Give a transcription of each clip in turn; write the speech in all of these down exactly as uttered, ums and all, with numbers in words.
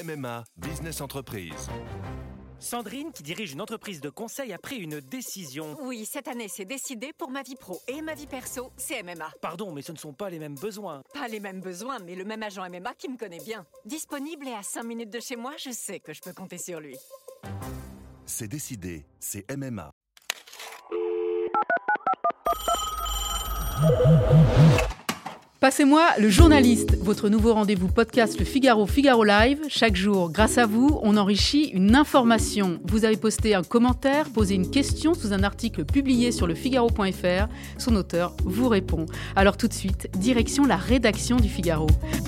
M M A Business Entreprise. Sandrine, qui dirige une entreprise de conseil, a pris une décision. Oui, cette année, c'est décidé pour ma vie pro et ma vie perso, c'est M M A. Pardon, mais ce ne sont pas les mêmes besoins. Pas les mêmes besoins, mais le même agent M M A qui me connaît bien. Disponible et à cinq minutes de chez moi, je sais que je peux compter sur lui. C'est décidé, c'est M M A. Passez-moi le journaliste, votre nouveau rendez-vous podcast Le Figaro, Figaro Live. Chaque jour, grâce à vous, on enrichit une information. Vous avez posté un commentaire, posé une question sous un article publié sur le figaro point f r. Son auteur vous répond. Alors tout de suite, direction la rédaction du Figaro.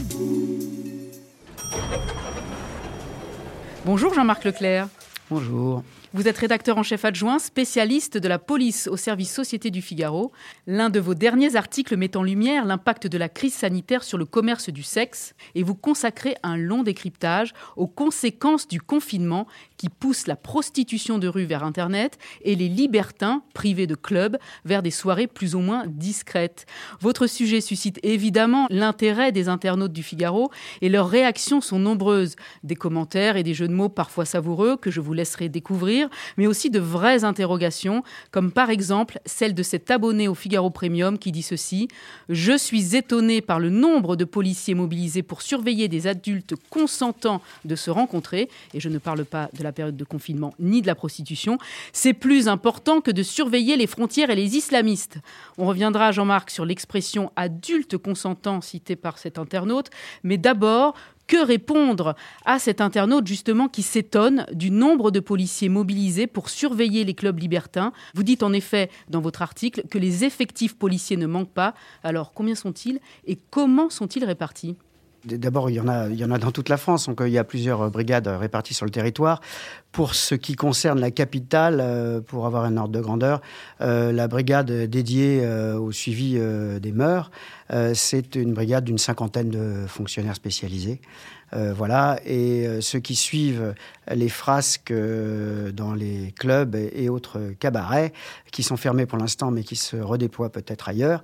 Bonjour Jean-Marc Leclerc. Bonjour. Vous êtes rédacteur en chef adjoint, spécialiste de la police au service Société du Figaro. L'un de vos derniers articles met en lumière l'impact de la crise sanitaire sur le commerce du sexe et vous consacrez un long décryptage aux conséquences du confinement qui pousse la prostitution de rue vers Internet et les libertins privés de clubs vers des soirées plus ou moins discrètes. Votre sujet suscite évidemment l'intérêt des internautes du Figaro et leurs réactions sont nombreuses. Des commentaires et des jeux de mots parfois savoureux que je vous laisserai découvrir, mais aussi de vraies interrogations, comme par exemple celle de cet abonné au Figaro Premium qui dit ceci : « Je suis étonné par le nombre de policiers mobilisés pour surveiller des adultes consentants de se rencontrer, et je ne parle pas de la période de confinement ni de la prostitution. C'est plus important que de surveiller les frontières et les islamistes. » On reviendra, Jean-Marc, sur l'expression « adulte consentant » citée par cet internaute, mais d'abord, que répondre à cet internaute justement qui s'étonne du nombre de policiers mobilisés pour surveiller les clubs libertins ? Vous dites en effet dans votre article que les effectifs policiers ne manquent pas. Alors combien sont-ils et comment sont-ils répartis ? D'abord, il y en a, il y en a dans toute la France. Donc, il y a plusieurs brigades réparties sur le territoire. Pour ce qui concerne la capitale, euh, pour avoir un ordre de grandeur, euh, la brigade dédiée euh, au suivi euh, des mœurs, euh, c'est une brigade d'une cinquantaine de fonctionnaires spécialisés. Euh, voilà. Et euh, ceux qui suivent les frasques euh, dans les clubs et, et autres cabarets, qui sont fermés pour l'instant, mais qui se redéploient peut-être ailleurs,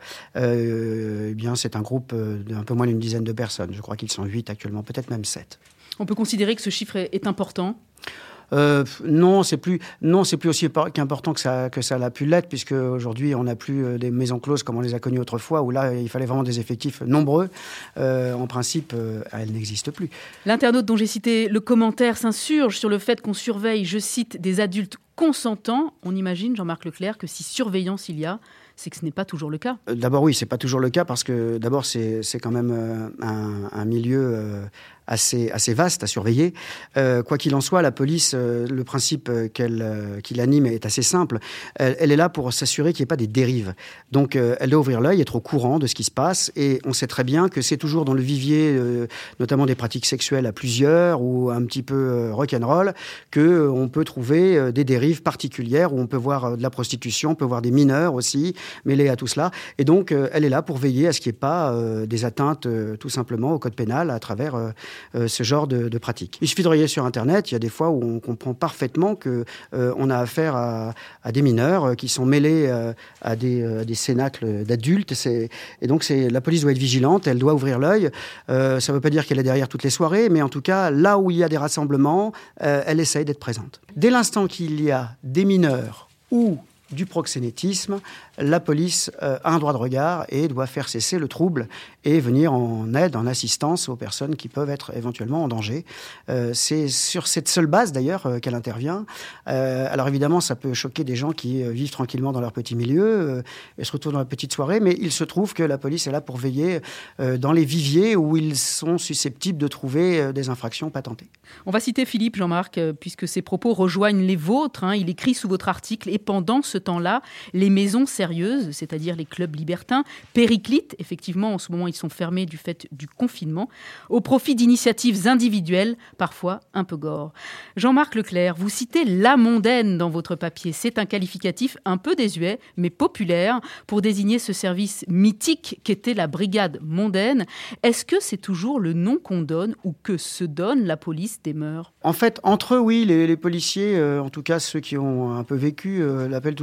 euh, eh bien, c'est un groupe d'un peu moins d'une dizaine de personnes. Je crois qu'ils sont huit actuellement, peut-être même sept. On peut considérer que ce chiffre est, est important ? Euh, non, c'est plus non, c'est plus aussi qu'important que ça que ça l'a pu l'être, puisque aujourd'hui on n'a plus des maisons closes comme on les a connues autrefois, où là il fallait vraiment des effectifs nombreux. Euh, en principe, euh, elles n'existent plus. L'internaute dont j'ai cité le commentaire s'insurge sur le fait qu'on surveille, je cite, des adultes consentants. On imagine, Jean-Marc Leclerc, que si surveillance il y a, c'est que ce n'est pas toujours le cas. D'abord oui, c'est pas toujours le cas parce que d'abord c'est c'est quand même euh, un, un milieu euh, assez assez vaste à surveiller. Euh, quoi qu'il en soit, la police, euh, le principe qu'elle euh, qui l'anime est assez simple. Elle, elle est là pour s'assurer qu'il n'y ait pas des dérives. Donc euh, elle doit ouvrir l'œil, être au courant de ce qui se passe, et on sait très bien que c'est toujours dans le vivier, euh, notamment des pratiques sexuelles à plusieurs ou un petit peu euh, rock'n'roll, que euh, on peut trouver euh, des dérives particulières où on peut voir euh, de la prostitution, on peut voir des mineurs aussi mêlés à tout cela. Et donc, euh, elle est là pour veiller à ce qu'il n'y ait pas euh, des atteintes, euh, tout simplement, au code pénal à travers euh, euh, ce genre de, de pratiques. Il suffit de regarder sur Internet, il y a des fois où on comprend parfaitement qu'on euh, a affaire à, à des mineurs euh, qui sont mêlés euh, à, des, euh, à des cénacles d'adultes. C'est, et donc, c'est, la police doit être vigilante, elle doit ouvrir l'œil. Euh, ça ne veut pas dire qu'elle est derrière toutes les soirées, mais en tout cas, là où il y a des rassemblements, euh, elle essaye d'être présente. Dès l'instant qu'il y a des mineurs ou du proxénétisme, la police euh, a un droit de regard et doit faire cesser le trouble et venir en aide, en assistance aux personnes qui peuvent être éventuellement en danger. Euh, c'est sur cette seule base, d'ailleurs, euh, qu'elle intervient. Euh, alors évidemment, ça peut choquer des gens qui euh, vivent tranquillement dans leur petit milieu euh, et se retrouvent dans la petite soirée, mais il se trouve que la police est là pour veiller euh, dans les viviers où ils sont susceptibles de trouver euh, des infractions patentées. On va citer Philippe, Jean-Marc, euh, puisque ses propos rejoignent les vôtres. Hein. Il écrit sous votre article « Et pendant ce temps-là, les maisons sérieuses, c'est-à-dire les clubs libertins, périclitent. Effectivement, en ce moment, ils sont fermés du fait du confinement, au profit d'initiatives individuelles, parfois un peu gore. » Jean-Marc Leclerc, vous citez la mondaine dans votre papier. C'est un qualificatif un peu désuet, mais populaire, pour désigner ce service mythique qu'était la brigade mondaine. Est-ce que c'est toujours le nom qu'on donne ou que se donne la police des mœurs ? En fait, entre eux, oui, les, les policiers, euh, en tout cas ceux qui ont un peu vécu, euh, l'appellent toujours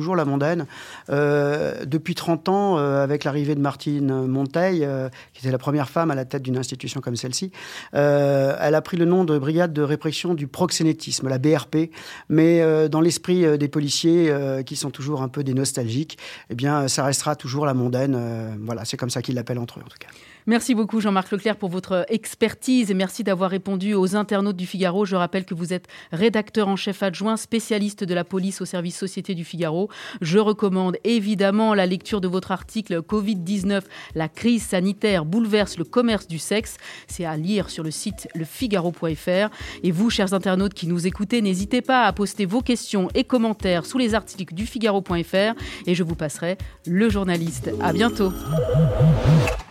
toujours la mondaine. Euh, depuis trente ans, euh, avec l'arrivée de Martine Monteil, euh, qui était la première femme à la tête d'une institution comme celle-ci, euh, elle a pris le nom de Brigade de répression du proxénétisme, la B R P, mais euh, dans l'esprit euh, des policiers euh, qui sont toujours un peu des nostalgiques, eh bien, ça restera toujours la mondaine. Euh, voilà, c'est comme ça qu'ils l'appellent entre eux, en tout cas. Merci beaucoup Jean-Marc Leclerc pour votre expertise et merci d'avoir répondu aux internautes du Figaro. Je rappelle que vous êtes rédacteur en chef adjoint, spécialiste de la police au service Société du Figaro. Je recommande évidemment la lecture de votre article covid dix-neuf, la crise sanitaire bouleverse le commerce du sexe. C'est à lire sur le site le figaro point f r. Et vous, chers internautes qui nous écoutez, n'hésitez pas à poster vos questions et commentaires sous les articles du figaro point f r et je vous passerai le journaliste. À bientôt.